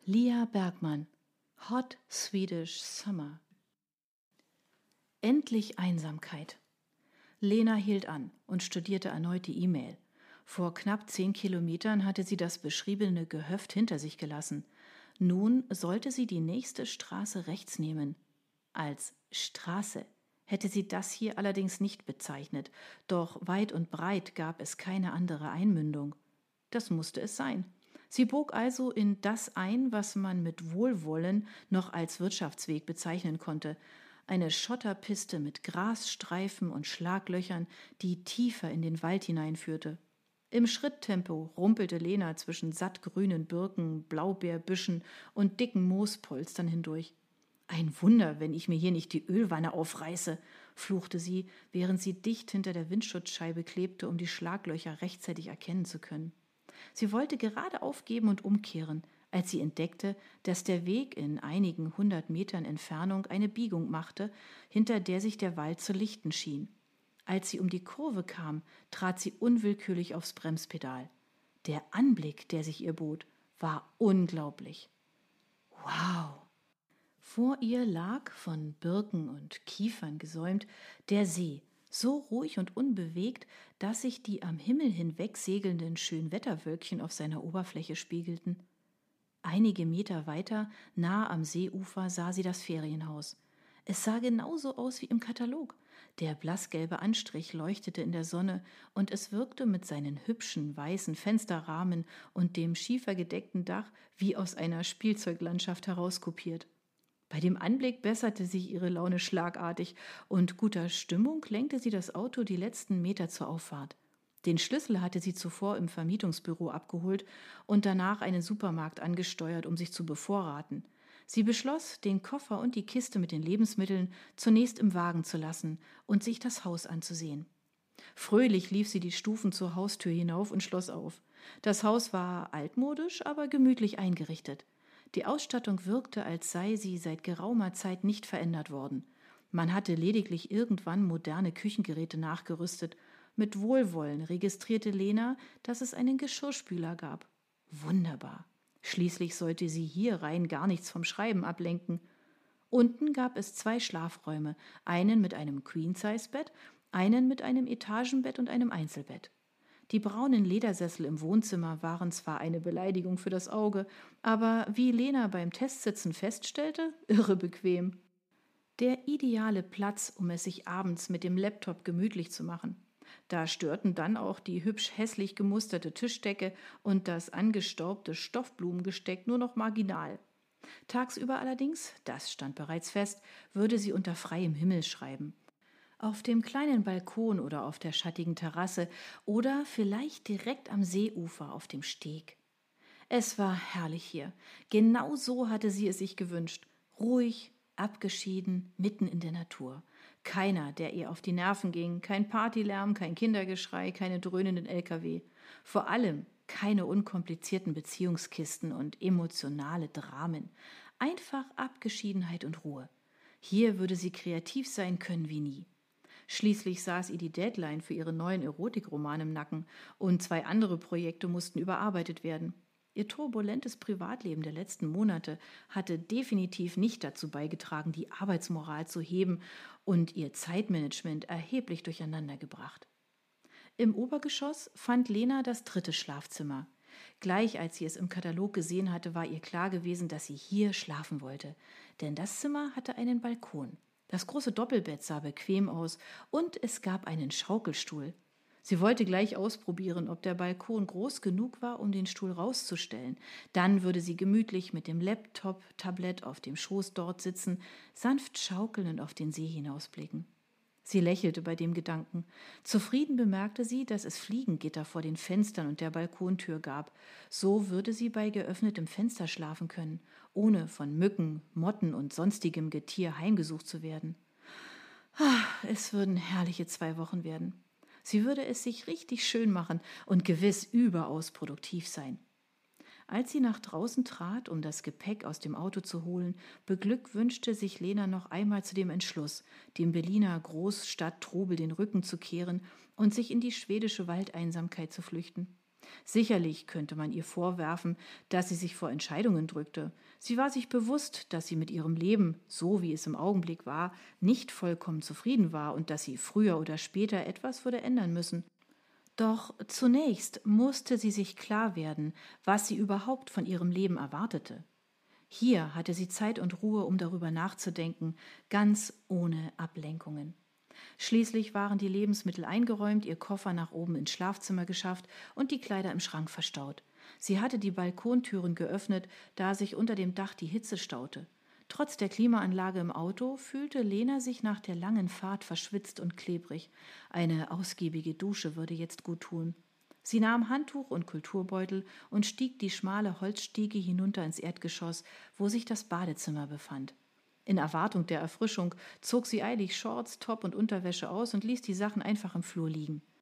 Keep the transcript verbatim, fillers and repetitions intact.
Lia Bergmann, Hot Swedish Summer. Endlich Einsamkeit. Lena hielt an und studierte erneut die E-Mail. Vor knapp zehn Kilometern hatte sie das beschriebene Gehöft hinter sich gelassen. Nun sollte sie die nächste Straße rechts nehmen. Als Straße hätte sie das hier allerdings nicht bezeichnet, doch weit und breit gab es keine andere Einmündung. Das musste es sein. Sie bog also in das ein, was man mit Wohlwollen noch als Wirtschaftsweg bezeichnen konnte. Eine Schotterpiste mit Grasstreifen und Schlaglöchern, die tiefer in den Wald hineinführte. Im Schritttempo rumpelte Lena zwischen sattgrünen Birken, Blaubeerbüschen und dicken Moospolstern hindurch. »Ein Wunder, wenn ich mir hier nicht die Ölwanne aufreiße«, fluchte sie, während sie dicht hinter der Windschutzscheibe klebte, um die Schlaglöcher rechtzeitig erkennen zu können. Sie wollte gerade aufgeben und umkehren, als sie entdeckte, dass der Weg in einigen hundert Metern Entfernung eine Biegung machte, hinter der sich der Wald zu lichten schien. Als sie um die Kurve kam, trat sie unwillkürlich aufs Bremspedal. Der Anblick, der sich ihr bot, war unglaublich. Wow! Vor ihr lag, von Birken und Kiefern gesäumt, der See, so ruhig und unbewegt, dass sich die am Himmel hinweg segelnden Schönwetterwölkchen auf seiner Oberfläche spiegelten. Einige Meter weiter, nah am Seeufer, sah sie das Ferienhaus. Es sah genauso aus wie im Katalog. Der blassgelbe Anstrich leuchtete in der Sonne und es wirkte mit seinen hübschen weißen Fensterrahmen und dem schiefergedeckten Dach wie aus einer Spielzeuglandschaft herauskopiert. Bei dem Anblick besserte sich ihre Laune schlagartig und guter Stimmung lenkte sie das Auto die letzten Meter zur Auffahrt. Den Schlüssel hatte sie zuvor im Vermietungsbüro abgeholt und danach einen Supermarkt angesteuert, um sich zu bevorraten. Sie beschloss, den Koffer und die Kiste mit den Lebensmitteln zunächst im Wagen zu lassen und sich das Haus anzusehen. Fröhlich lief sie die Stufen zur Haustür hinauf und schloss auf. Das Haus war altmodisch, aber gemütlich eingerichtet. Die Ausstattung wirkte, als sei sie seit geraumer Zeit nicht verändert worden. Man hatte lediglich irgendwann moderne Küchengeräte nachgerüstet. Mit Wohlwollen registrierte Lena, dass es einen Geschirrspüler gab. Wunderbar. Schließlich sollte sie hier rein gar nichts vom Schreiben ablenken. Unten gab es zwei Schlafräume, einen mit einem Queen-Size-Bett, einen mit einem Etagenbett und einem Einzelbett. Die braunen Ledersessel im Wohnzimmer waren zwar eine Beleidigung für das Auge, aber wie Lena beim Testsitzen feststellte, irre bequem. Der ideale Platz, um es sich abends mit dem Laptop gemütlich zu machen. Da störten dann auch die hübsch hässlich gemusterte Tischdecke und das angestaubte Stoffblumengesteck nur noch marginal. Tagsüber allerdings, das stand bereits fest, würde sie unter freiem Himmel schreiben. Auf dem kleinen Balkon oder auf der schattigen Terrasse oder vielleicht direkt am Seeufer auf dem Steg. Es war herrlich hier. Genau so hatte sie es sich gewünscht. Ruhig, abgeschieden, mitten in der Natur. Keiner, der ihr auf die Nerven ging, kein Partylärm, kein Kindergeschrei, keine dröhnenden L K W. Vor allem keine unkomplizierten Beziehungskisten und emotionale Dramen. Einfach Abgeschiedenheit und Ruhe. Hier würde sie kreativ sein können wie nie. Schließlich saß ihr die Deadline für ihren neuen Erotikroman im Nacken und zwei andere Projekte mussten überarbeitet werden. Ihr turbulentes Privatleben der letzten Monate hatte definitiv nicht dazu beigetragen, die Arbeitsmoral zu heben und ihr Zeitmanagement erheblich durcheinander gebracht. Im Obergeschoss fand Lena das dritte Schlafzimmer. Gleich als sie es im Katalog gesehen hatte, war ihr klar gewesen, dass sie hier schlafen wollte, denn das Zimmer hatte einen Balkon. Das große Doppelbett sah bequem aus und es gab einen Schaukelstuhl. Sie wollte gleich ausprobieren, ob der Balkon groß genug war, um den Stuhl rauszustellen. Dann würde sie gemütlich mit dem Laptop-Tablett auf dem Schoß dort sitzen, sanft schaukeln und auf den See hinausblicken. Sie lächelte bei dem Gedanken. Zufrieden bemerkte sie, dass es Fliegengitter vor den Fenstern und der Balkontür gab. So würde sie bei geöffnetem Fenster schlafen können, ohne von Mücken, Motten und sonstigem Getier heimgesucht zu werden. Es würden herrliche zwei Wochen werden. Sie würde es sich richtig schön machen und gewiss überaus produktiv sein. Als sie nach draußen trat, um das Gepäck aus dem Auto zu holen, beglückwünschte sich Lena noch einmal zu dem Entschluss, dem Berliner Großstadttrubel den Rücken zu kehren und sich in die schwedische Waldeinsamkeit zu flüchten. Sicherlich könnte man ihr vorwerfen, dass sie sich vor Entscheidungen drückte. Sie war sich bewusst, dass sie mit ihrem Leben, so wie es im Augenblick war, nicht vollkommen zufrieden war und dass sie früher oder später etwas würde ändern müssen. Doch zunächst musste sie sich klar werden, was sie überhaupt von ihrem Leben erwartete. Hier hatte sie Zeit und Ruhe, um darüber nachzudenken, ganz ohne Ablenkungen. Schließlich waren die Lebensmittel eingeräumt, ihr Koffer nach oben ins Schlafzimmer geschafft und die Kleider im Schrank verstaut. Sie hatte die Balkontüren geöffnet, da sich unter dem Dach die Hitze staute. Trotz der Klimaanlage im Auto fühlte Lena sich nach der langen Fahrt verschwitzt und klebrig. Eine ausgiebige Dusche würde jetzt gut tun. Sie nahm Handtuch und Kulturbeutel und stieg die schmale Holzstiege hinunter ins Erdgeschoss, wo sich das Badezimmer befand. In Erwartung der Erfrischung zog sie eilig Shorts, Top und Unterwäsche aus und ließ die Sachen einfach im Flur liegen.